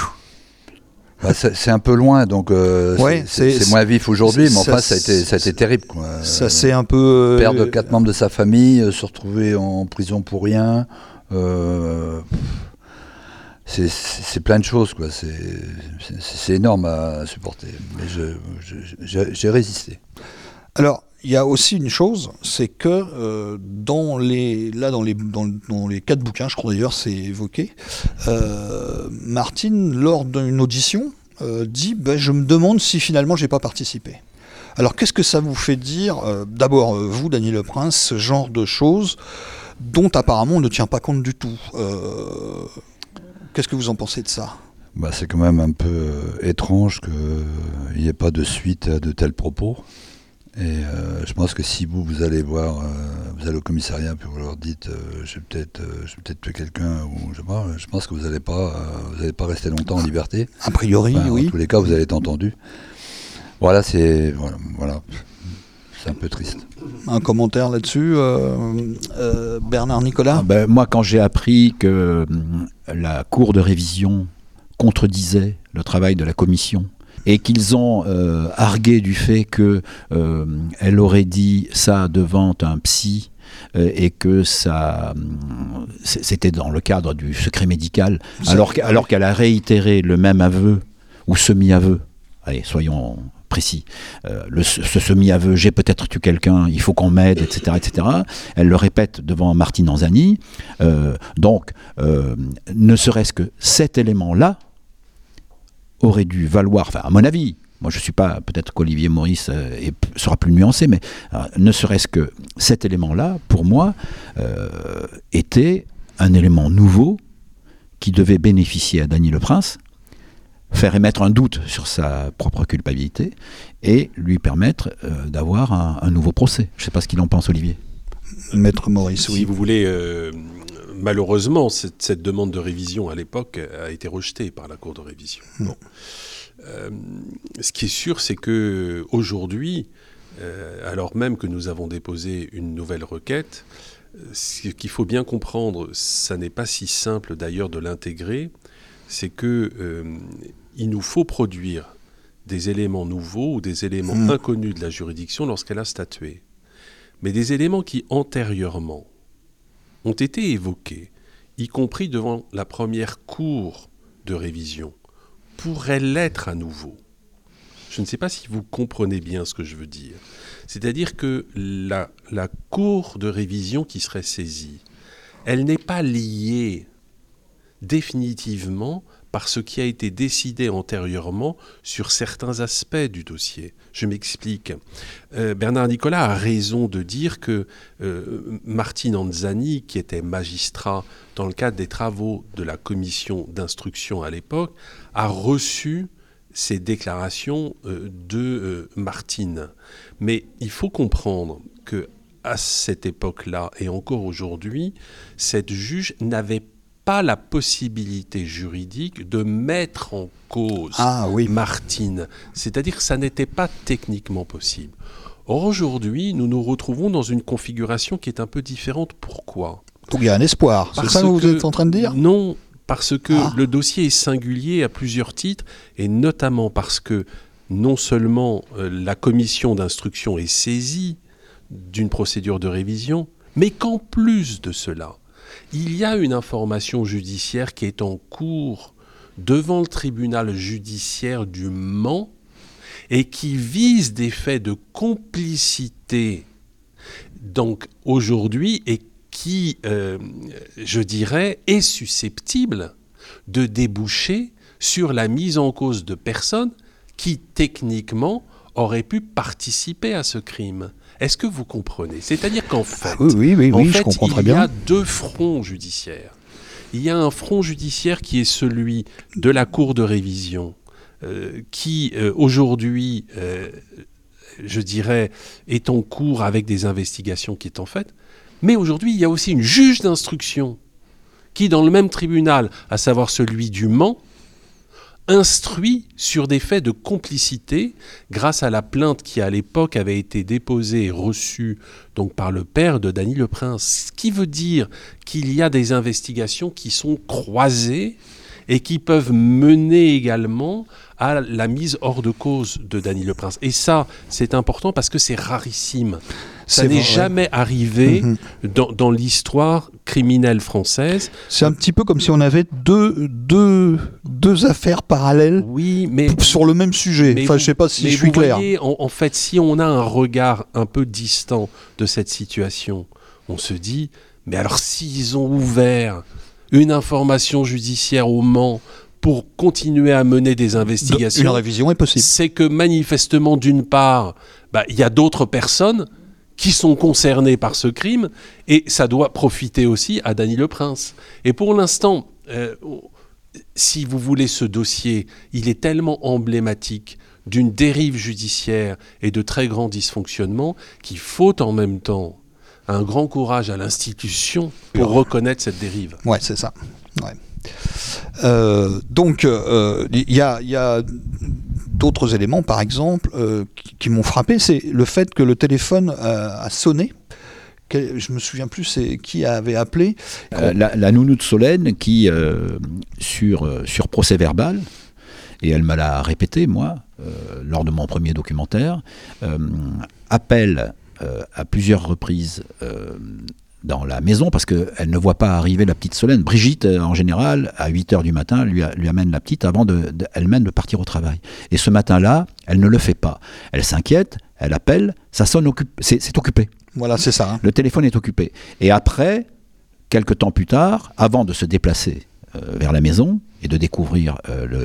un peu loin, donc c'est moins vif aujourd'hui, mais enfin ça a été terrible, quoi. Ça c'est un peu... Perdre 4 membres de sa famille, se retrouver en prison pour rien, c'est plein de choses, quoi. C'est énorme à supporter, mais j'ai résisté. Alors, il y a aussi une chose, c'est que dans les 4 bouquins, je crois d'ailleurs, c'est évoqué, Martine, lors d'une audition, dit je me demande si finalement j'ai pas participé. Alors, qu'est-ce que ça vous fait dire, d'abord, vous, Dany Le Prince, ce genre de choses dont apparemment on ne tient pas compte du tout. Qu'est-ce que vous en pensez de ça ? C'est quand même un peu étrange qu'il n'y ait pas de suite à de tels propos. Et je pense que si vous allez voir, vous allez au commissariat puis vous leur dites j'ai peut-être tué quelqu'un ou je pense que vous n'allez pas rester longtemps en liberté. A priori, oui. En tous les cas, vous allez être entendu. Voilà, c'est un peu triste. Un commentaire là-dessus, Bernard Nicolas? Moi, quand j'ai appris que la cour de révision contredisait le travail de la commission, et qu'ils ont argué du fait qu'elle aurait dit ça devant un psy et que ça c'était dans le cadre du secret médical, alors qu'elle a réitéré le même aveu, ou semi-aveu, allez, soyons précis, ce semi-aveu, j'ai peut-être tué quelqu'un, il faut qu'on m'aide, etc., etc. Elle le répète devant Martine Anzani. Donc, ne serait-ce que cet élément-là aurait dû valoir, à mon avis, moi je ne suis pas, peut-être qu'Olivier Maurice sera plus nuancé, mais ne serait-ce que cet élément-là, pour moi, était un élément nouveau qui devait bénéficier à Dany Le Prince, faire émettre un doute sur sa propre culpabilité et lui permettre d'avoir un nouveau procès. Je ne sais pas ce qu'il en pense, Olivier. Maître Maurice, oui. Si vous voulez... Malheureusement, cette demande de révision à l'époque a été rejetée par la Cour de révision. Bon. Ce qui est sûr, c'est qu'aujourd'hui, alors même que nous avons déposé une nouvelle requête. Ce qu'il faut bien comprendre, ça n'est pas si simple d'ailleurs de l'intégrer, c'est que il nous faut produire des éléments nouveaux ou des éléments inconnus de la juridiction lorsqu'elle a statué. Mais des éléments qui antérieurement ont été évoqués, y compris devant la première cour de révision, pourraient l'être à nouveau. Je ne sais pas si vous comprenez bien ce que je veux dire. C'est-à-dire que la cour de révision qui serait saisie, elle n'est pas liée définitivement par ce qui a été décidé antérieurement sur certains aspects du dossier. Je m'explique. Bernard Nicolas a raison de dire que Martine Anzani, qui était magistrat dans le cadre des travaux de la commission d'instruction à l'époque, a reçu ces déclarations de Martine. Mais il faut comprendre que à cette époque-là et encore aujourd'hui, cette juge n'avait pas la possibilité juridique de mettre en cause Martine. C'est-à-dire que ça n'était pas techniquement possible. Or, aujourd'hui, nous nous retrouvons dans une configuration qui est un peu différente. Pourquoi ? Donc il y a un espoir. C'est ça que vous êtes en train de dire ? Non, parce que le dossier est singulier à plusieurs titres, et notamment parce que non seulement la commission d'instruction est saisie d'une procédure de révision, mais qu'en plus de cela, il y a une information judiciaire qui est en cours devant le tribunal judiciaire du Mans et qui vise des faits de complicité, donc aujourd'hui, et qui, je dirais, est susceptible de déboucher sur la mise en cause de personnes qui, techniquement, auraient pu participer à ce crime. Est-ce que vous comprenez ? C'est-à-dire qu'en fait, je comprends très bien. Il y a deux fronts judiciaires. Il y a un front judiciaire qui est celui de la Cour de révision, qui aujourd'hui, je dirais, est en cours avec des investigations qui sont faites. Mais aujourd'hui, il y a aussi une juge d'instruction qui, dans le même tribunal, à savoir celui du Mans, instruit sur des faits de complicité grâce à la plainte qui, à l'époque, avait été déposée et reçue donc, par le père de Dany Le Prince. Ce qui veut dire qu'il y a des investigations qui sont croisées et qui peuvent mener également à la mise hors de cause de Dany Le Prince. Et ça, c'est important parce que c'est rarissime. Ça n'est jamais arrivé dans l'histoire criminelle française. C'est un petit peu comme si on avait deux affaires parallèles sur le même sujet. Enfin, je ne sais pas si je suis clair. Voyez, en fait, si on a un regard un peu distant de cette situation, on se dit, mais alors s'ils ont ouvert une information judiciaire au Mans pour continuer à mener des investigations, une révision est possible. C'est que manifestement, d'une part, il y a d'autres personnes qui sont concernés par ce crime, et ça doit profiter aussi à Dany Le Prince. Et pour l'instant, si vous voulez, ce dossier, il est tellement emblématique d'une dérive judiciaire et de très grands dysfonctionnements qu'il faut en même temps un grand courage à l'institution pour reconnaître cette dérive. Ouais, c'est ça. Ouais. Donc, il y a d'autres éléments, par exemple, qui m'ont frappé, c'est le fait que le téléphone a sonné. Je me souviens plus, c'est qui avait appelé. La nounou de Solène qui, sur procès verbal, et elle me l'a répété, moi, lors de mon premier documentaire, appelle à plusieurs reprises dans la maison, parce qu'elle ne voit pas arriver la petite Solène. Brigitte, en général, à 8h du matin, lui amène la petite avant elle-même de partir au travail. Et ce matin-là, elle ne le fait pas. Elle s'inquiète, elle appelle, ça sonne, c'est occupé. Voilà, c'est ça. Le téléphone est occupé. Et après, quelques temps plus tard, avant de se déplacer vers la maison et de découvrir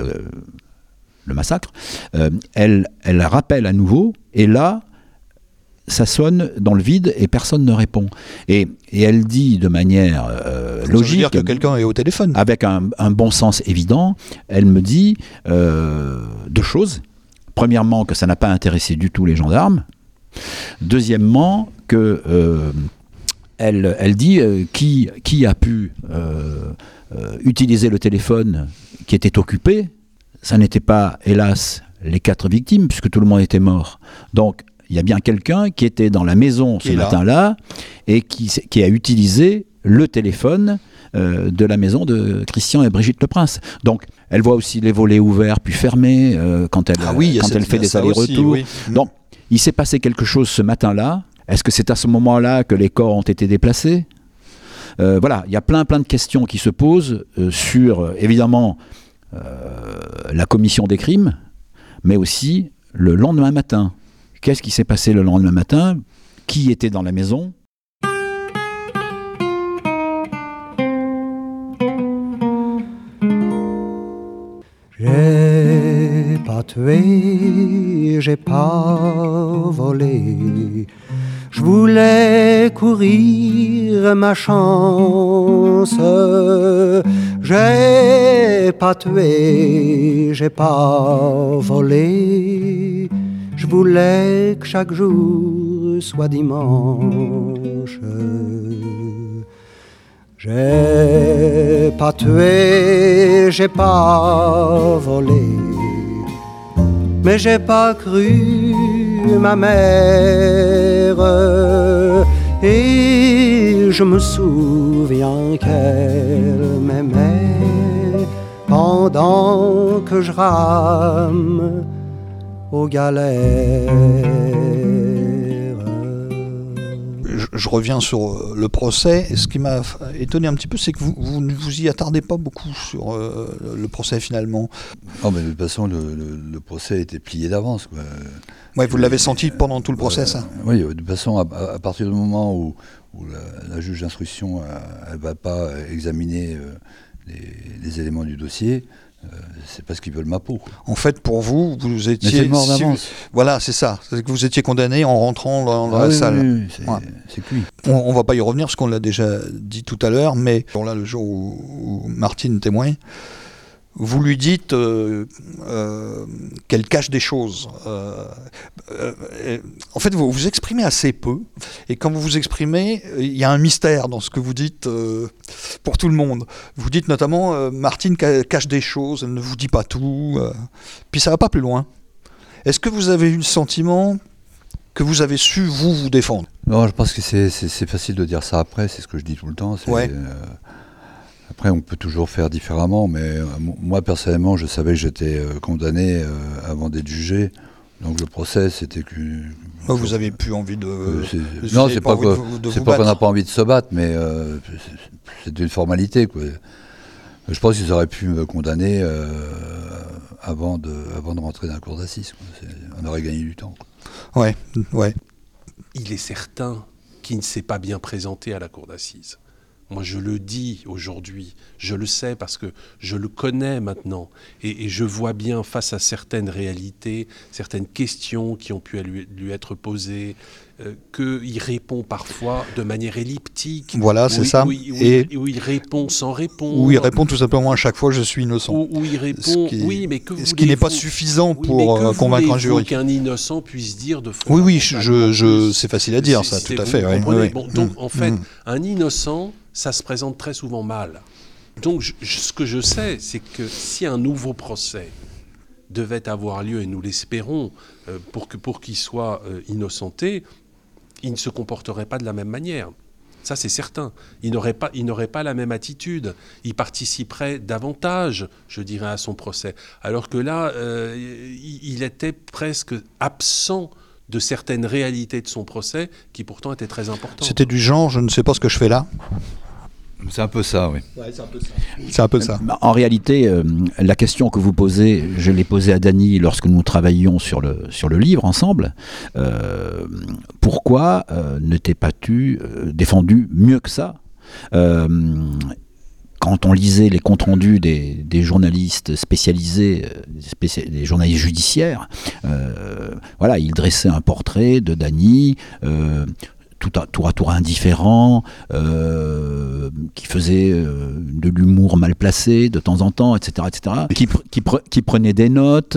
le massacre, elle rappelle à nouveau, et là, ça sonne dans le vide et personne ne répond. Et elle dit de manière logique, ça veut dire que quelqu'un est au téléphone. Avec un bon sens évident, elle me dit deux choses. Premièrement, que ça n'a pas intéressé du tout les gendarmes. Deuxièmement, que elle dit qui a pu utiliser le téléphone qui était occupé. Ça n'était pas, hélas, les 4 victimes, puisque tout le monde était mort. Donc, Il y a bien quelqu'un qui était dans la maison ce matin-là et qui a utilisé le téléphone de la maison de Christian et Brigitte Le Prince. Donc, elle voit aussi les volets ouverts puis fermés quand elle fait des allers-retours. Oui. Donc, il s'est passé quelque chose ce matin-là. Est-ce que c'est à ce moment-là que les corps ont été déplacés ? Voilà, il y a plein de questions qui se posent sur, évidemment, la commission des crimes, mais aussi le lendemain matin. Qu'est-ce qui s'est passé le lendemain matin ? Qui était dans la maison ? J'ai pas tué, j'ai pas volé. Je voulais courir ma chance. J'ai pas tué, j'ai pas volé. Je voulais que chaque jour soit dimanche. J'ai pas tué, j'ai pas volé, mais j'ai pas cru ma mère. Et je me souviens qu'elle m'aimait pendant que je rame aux galères. Je reviens sur le procès. Et ce qui m'a étonné un petit peu, c'est que vous ne vous y attardez pas beaucoup sur le procès finalement. Non, mais de toute façon, le procès était plié d'avance, quoi. Ouais, vous l'avez senti pendant tout le procès, ça ? Oui, de toute façon, à partir du moment où la juge d'instruction elle ne va pas examiner les éléments du dossier, c'est parce qu'ils veulent ma peau, quoi. En fait, pour vous étiez... Mais c'est mort d'avance. Voilà, c'est ça. C'est que vous étiez condamné en rentrant dans la salle. Oui, c'est cuit. On ne va pas y revenir, parce qu'on l'a déjà dit tout à l'heure, mais là, le jour où Martine témoigne, vous lui dites qu'elle cache des choses. En fait, vous vous exprimez assez peu, et quand vous vous exprimez, il y a un mystère dans ce que vous dites pour tout le monde. Vous dites notamment, Martine cache des choses, elle ne vous dit pas tout, puis ça ne va pas plus loin. Est-ce que vous avez eu le sentiment que vous avez su vous défendre ? Non, je pense que c'est facile de dire ça après, c'est ce que je dis tout le temps. Ouais. Après, on peut toujours faire différemment, mais moi, personnellement, je savais que j'étais condamné avant d'être jugé. Donc le procès, c'était que... Vous avez plus envie de... non, c'est pas qu'on n'a pas envie de se battre, mais c'est une formalité, quoi. Je pense qu'ils auraient pu me condamner avant de rentrer dans la cour d'assises, quoi. On aurait gagné du temps, quoi. Ouais. Il est certain qu'il ne s'est pas bien présenté à la cour d'assises. Moi, je le dis aujourd'hui, je le sais parce que je le connais maintenant et je vois bien face à certaines réalités, certaines questions qui ont pu lui être posées, qu'il répond parfois de manière elliptique. Voilà, c'est ça. Où il répond sans répondre. Où il répond tout simplement à chaque fois « je suis innocent ». Où il répond ce qui n'est pas suffisant pour convaincre un jury. Qu'un innocent puisse dire de fond. Oui, c'est facile à dire, ça, tout à fait. Oui. Bon, donc, en fait, un innocent, ça se présente très souvent mal. Donc, ce que je sais, c'est que si un nouveau procès devait avoir lieu, et nous l'espérons, pour qu'il soit innocenté, il ne se comporterait pas de la même manière. Ça, c'est certain. Il n'aurait pas la même attitude. Il participerait davantage, je dirais, à son procès. Alors que là, il était presque absent de certaines réalités de son procès qui pourtant étaient très importantes. C'était du genre, je ne sais pas ce que je fais là. C'est un peu ça, oui. Ouais, c'est un peu ça. En réalité, la question que vous posez, je l'ai posée à Dany lorsque nous travaillions sur le livre ensemble. Pourquoi ne t'es pas-tu défendu mieux que ça ? Quand on lisait les comptes rendus des journalistes spécialisés, des journalistes judiciaires, voilà, ils dressaient un portrait de Dany, tour à tour indifférent, qui faisait de l'humour mal placé de temps en temps, etc., qui prenait des notes.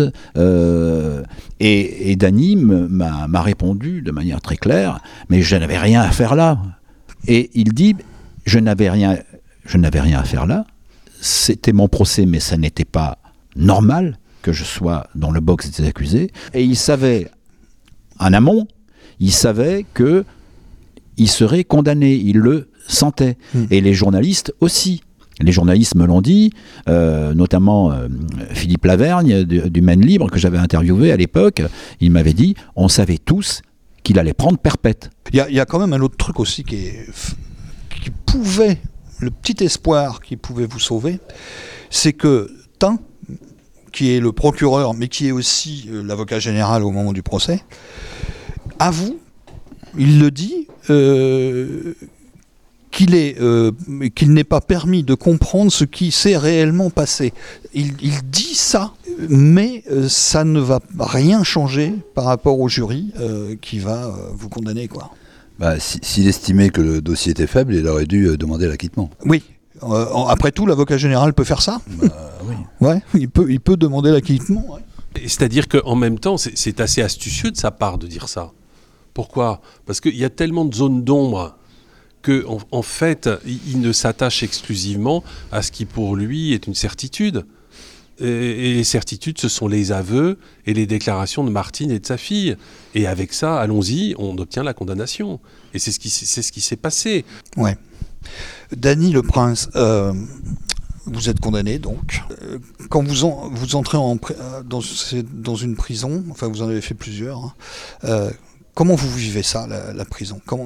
Et Dany m'a répondu de manière très claire, mais je n'avais rien à faire là. Et il dit, je n'avais rien à faire là, c'était mon procès, mais ça n'était pas normal que je sois dans le box des accusés. Et il savait, en amont, il savait qu'il serait condamné, il le sentait. Et les journalistes aussi. Les journalistes me l'ont dit, notamment Philippe Lavergne du Maine Libre, que j'avais interviewé à l'époque. Il m'avait dit, on savait tous qu'il allait prendre perpète. Il y a quand même un autre truc aussi qui pouvait, le petit espoir qui pouvait vous sauver, c'est que Tin, qui est le procureur, mais qui est aussi l'avocat général au moment du procès, avoue, il le dit, qu'il n'est pas permis de comprendre ce qui s'est réellement passé. Il dit ça, mais ça ne va rien changer par rapport au jury qui va vous condamner, quoi. S'il estimait que le dossier était faible, il aurait dû demander l'acquittement. Oui. Après tout, l'avocat général peut faire ça. Oui. Ouais, il peut demander l'acquittement. Ouais. C'est-à-dire qu'en même temps, c'est assez astucieux de sa part de dire ça. Pourquoi ? Parce qu'il y a tellement de zones d'ombre qu'en fait, il ne s'attache exclusivement à ce qui pour lui est une certitude. Et les certitudes, ce sont les aveux et les déclarations de Martine et de sa fille. Et avec ça, allons-y, on obtient la condamnation. Et c'est ce qui s'est passé. Ouais. Dany Le Prince, vous êtes condamné donc. Quand vous entrez dans une prison, enfin vous en avez fait plusieurs, comment vous vivez ça, la prison ? Comment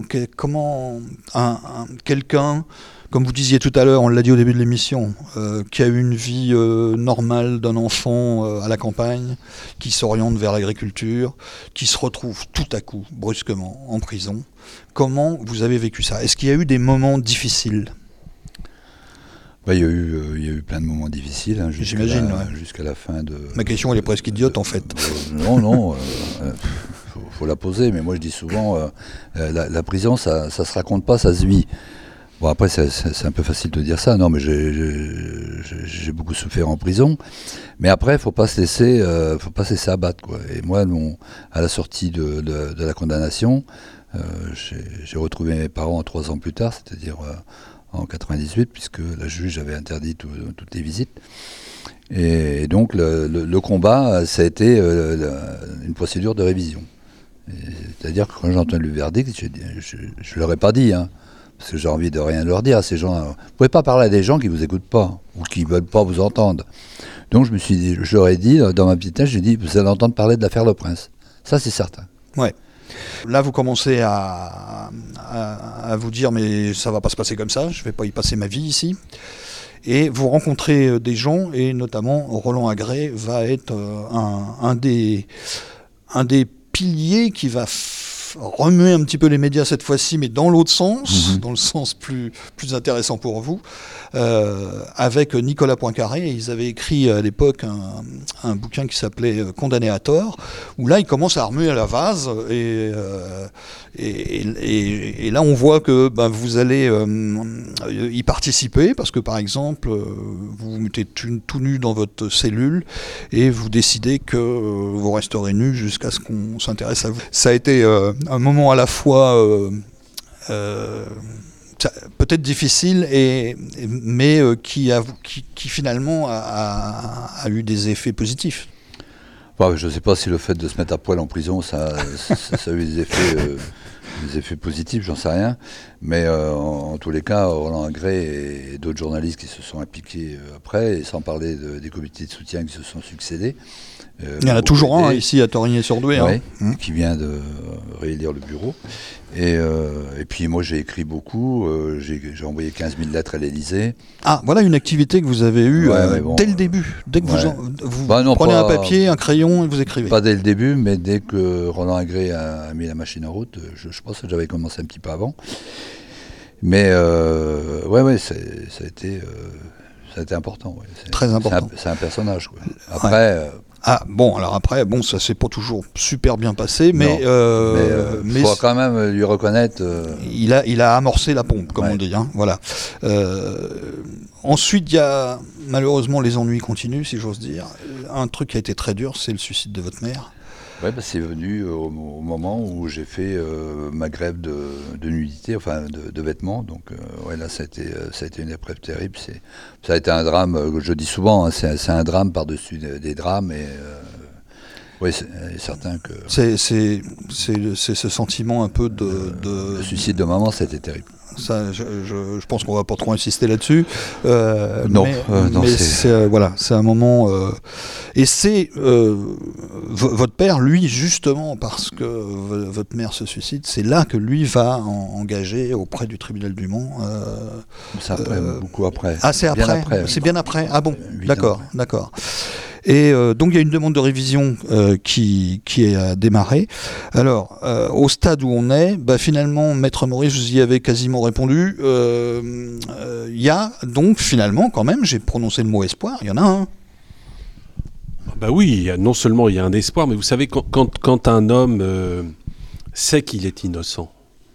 quelqu'un, comme vous disiez tout à l'heure, on l'a dit au début de l'émission, qui a eu une vie normale d'un enfant à la campagne, qui s'oriente vers l'agriculture, qui se retrouve tout à coup, brusquement, en prison. Comment vous avez vécu ça ? Est-ce qu'il y a eu des moments difficiles ? Il y a eu plein de moments difficiles, hein, jusqu'à la fin de... Ma question, elle est presque idiote, en fait. Non, faut la poser, mais moi je dis souvent, la prison, ça se raconte pas, ça se vit. Bon, après, c'est un peu facile de dire ça, non, mais j'ai beaucoup souffert en prison, mais après, faut pas se laisser abattre, quoi. Et moi, à la sortie de la condamnation, j'ai retrouvé mes parents 3 ans plus tard, c'est-à-dire en 98, puisque la juge avait interdit toutes les visites. Et donc, le combat, ça a été une procédure de révision. C'est-à-dire que quand j'ai entendu le verdict, je leur ai pas dit, hein, parce que j'ai envie de rien leur dire à ces gens. Vous pouvez pas parler à des gens qui vous écoutent pas ou qui veulent pas vous entendre. Donc je leur ai dit dans ma petite tête, j'ai dit, vous allez entendre parler de l'affaire Le Prince. Ça, c'est certain. Ouais. Là, vous commencez à vous dire, mais ça va pas se passer comme ça. Je vais pas y passer ma vie ici. Et vous rencontrez des gens, et notamment Roland Agré va être un des pilier qui va remuer un petit peu les médias cette fois-ci, mais dans l'autre sens, dans le sens plus intéressant pour vous, avec Nicolas Poincaré. Ils avaient écrit à l'époque un bouquin qui s'appelait Condamné à tort, où là, ils commencent à remuer à la vase, et là, on voit que vous allez y participer, parce que, par exemple, vous vous mettez tout nu dans votre cellule, et vous décidez que vous resterez nu jusqu'à ce qu'on s'intéresse à vous. Ça a été un moment à la fois peut-être difficile, mais qui finalement a eu des effets positifs. Je ne sais pas si le fait de se mettre à poil en prison, ça a eu des effets positifs, j'en sais rien. Mais en tous les cas, Roland Agré et d'autres journalistes qui se sont impliqués après, et sans parler des comités de soutien qui se sont succédés. Il y en a toujours un ici à Torigny-sur-Douai. Ouais, qui vient de réélire le bureau. Et puis moi j'ai écrit beaucoup, j'ai envoyé 15 000 lettres à l'Élysée. Ah, voilà une activité que vous avez eue dès le début. Dès que vous prenez un papier, un crayon et vous écrivez. Pas dès le début, mais dès que Roland Agré a mis la machine en route, je pense que j'avais commencé un petit peu avant. Mais ça a été important. Ouais. Très important. C'est un personnage, quoi. Après... ça s'est pas toujours super bien passé, mais faut quand même lui reconnaître. Il a amorcé la pompe, comme on dit. Hein, voilà. Ensuite, il y a malheureusement les ennuis continuent, si j'ose dire. Un truc qui a été très dur, c'est le suicide de votre mère. Ouais, c'est venu au moment où j'ai fait ma grève de nudité, enfin de vêtements. Donc là, ça a été une épreuve terrible. Ça a été un drame, je dis souvent, hein, c'est un drame par-dessus des drames. Oui, c'est certain que... C'est ce sentiment un peu de... Le suicide de maman, c'était terrible. Ça, je pense qu'on va pas trop insister là-dessus. Non, c'est un moment... et c'est votre père, lui, justement, parce que votre mère se suicide, c'est là que lui va engager auprès du tribunal du Mans. C'est après, beaucoup après. Ah, c'est bien après. C'est bien après. Ah bon, d'accord. Et donc il y a une demande de révision qui a démarré. Alors, au stade où on est, finalement, Maître Maurice, vous y avez quasiment répondu. Il y a donc finalement, quand même, j'ai prononcé le mot espoir, il y en a un. Oui, non seulement il y a un espoir, mais vous savez, quand un homme sait qu'il est innocent,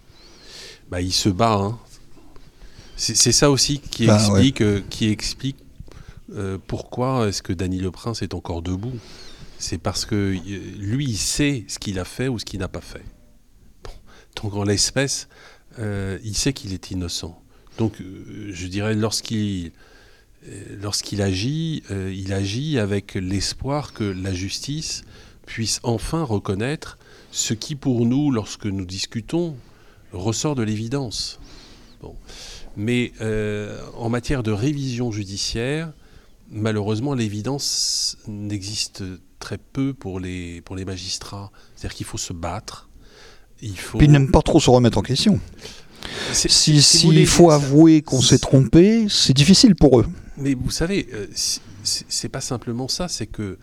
il se bat. Hein. C'est ça aussi qui explique pourquoi est-ce que Dany Le Prince est encore debout. C'est parce que lui, il sait ce qu'il a fait ou ce qu'il n'a pas fait. Bon. Donc en l'espèce, il sait qu'il est innocent. Donc je dirais, lorsqu'il agit, il agit avec l'espoir que la justice puisse enfin reconnaître ce qui, pour nous, lorsque nous discutons, ressort de l'évidence. Bon. Mais en matière de révision judiciaire, malheureusement, l'évidence n'existe très peu pour les magistrats. C'est-à-dire qu'il faut se battre. Puis ils n'aiment pas trop se remettre en question. S'il faut avouer qu'on s'est trompé, c'est difficile pour eux. Mais vous savez, c'est pas simplement ça, c'est que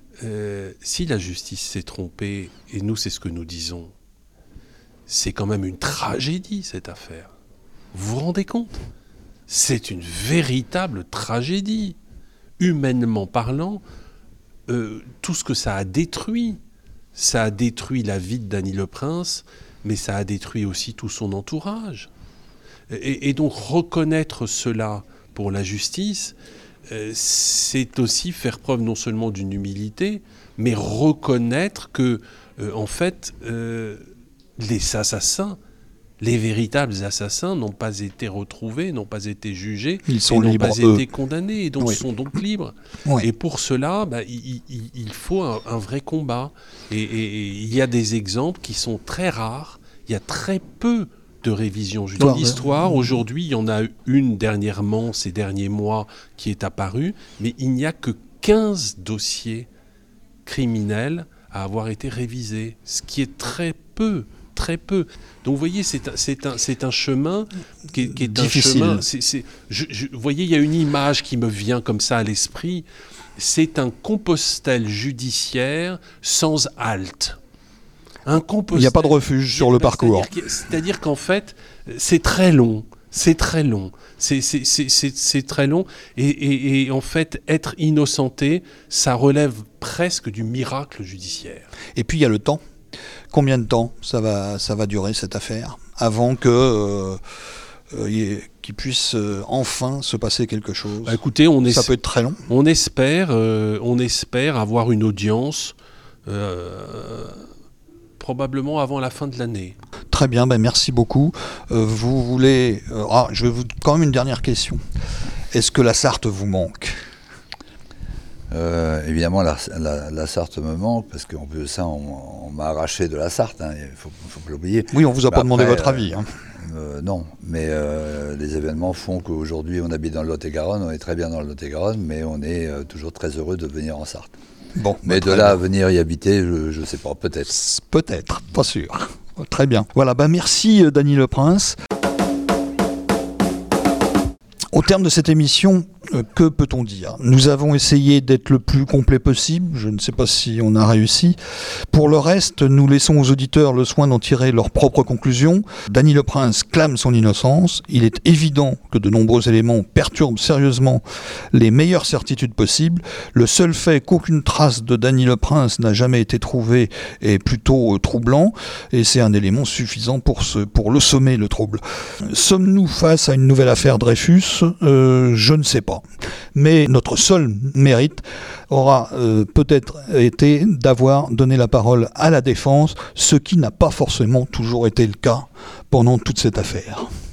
si la justice s'est trompée, et nous c'est ce que nous disons, c'est quand même une tragédie cette affaire. Vous vous rendez compte ? C'est une véritable tragédie. Humainement parlant, tout ce que ça a détruit la vie de Dany Le Prince, mais ça a détruit aussi tout son entourage. Et donc reconnaître cela pour la justice, c'est aussi faire preuve non seulement d'une humilité, mais reconnaître que, en fait, les assassins, les véritables assassins n'ont pas été retrouvés, n'ont pas été jugés, n'ont pas été condamnés, et donc sont donc libres. Oui. Et pour cela, il faut un vrai combat. Et il y a des exemples qui sont très rares. Il y a très peu de révisions judiciaires. Dans l'histoire, aujourd'hui, il y en a une dernièrement, ces derniers mois, qui est apparue, mais il n'y a que 15 dossiers criminels à avoir été révisés, ce qui est très peu. Très peu. Donc vous voyez, c'est un chemin qui est difficile. Un chemin. Vous voyez, il y a une image qui me vient comme ça à l'esprit. C'est un Compostelle judiciaire sans halte. Il n'y a pas de refuge sur le parcours. C'est-à-dire qu'en fait, c'est très long. C'est très long. C'est très long. Et en fait, être innocenté, ça relève presque du miracle judiciaire. Et puis il y a le temps. Combien de temps ça va durer cette affaire avant que qu'il puisse enfin se passer quelque chose? Écoutez, ça peut être très long. On espère avoir une audience probablement avant la fin de l'année. Très bien, merci beaucoup. Vous voulez... je vais quand même une dernière question. Est-ce que la Sarthe vous manque ? Évidemment, la Sarthe me manque, parce qu'on m'a arraché de la Sarthe, il faut pas l'oublier. Oui, on vous a pas demandé votre avis. Non, mais les événements font qu'aujourd'hui, on habite dans le Lot-et-Garonne, on est très bien dans le Lot-et-Garonne, mais on est toujours très heureux de venir en Sarthe. Bon, mais de là à venir y habiter, je ne sais pas, peut-être. Peut-être, pas sûr. Très bien. Voilà, merci Dany Le Prince. Au terme de cette émission, que peut-on dire ? Nous avons essayé d'être le plus complet possible, je ne sais pas si on a réussi. Pour le reste, nous laissons aux auditeurs le soin d'en tirer leurs propres conclusions. Dany Le Prince clame son innocence. Il est évident que de nombreux éléments perturbent sérieusement les meilleures certitudes possibles. Le seul fait qu'aucune trace de Dany Le Prince n'a jamais été trouvée est plutôt troublant, et c'est un élément suffisant pour le sommer, le trouble. Sommes-nous face à une nouvelle affaire Dreyfus ? Je ne sais pas. Mais notre seul mérite aura peut-être été d'avoir donné la parole à la défense, ce qui n'a pas forcément toujours été le cas pendant toute cette affaire.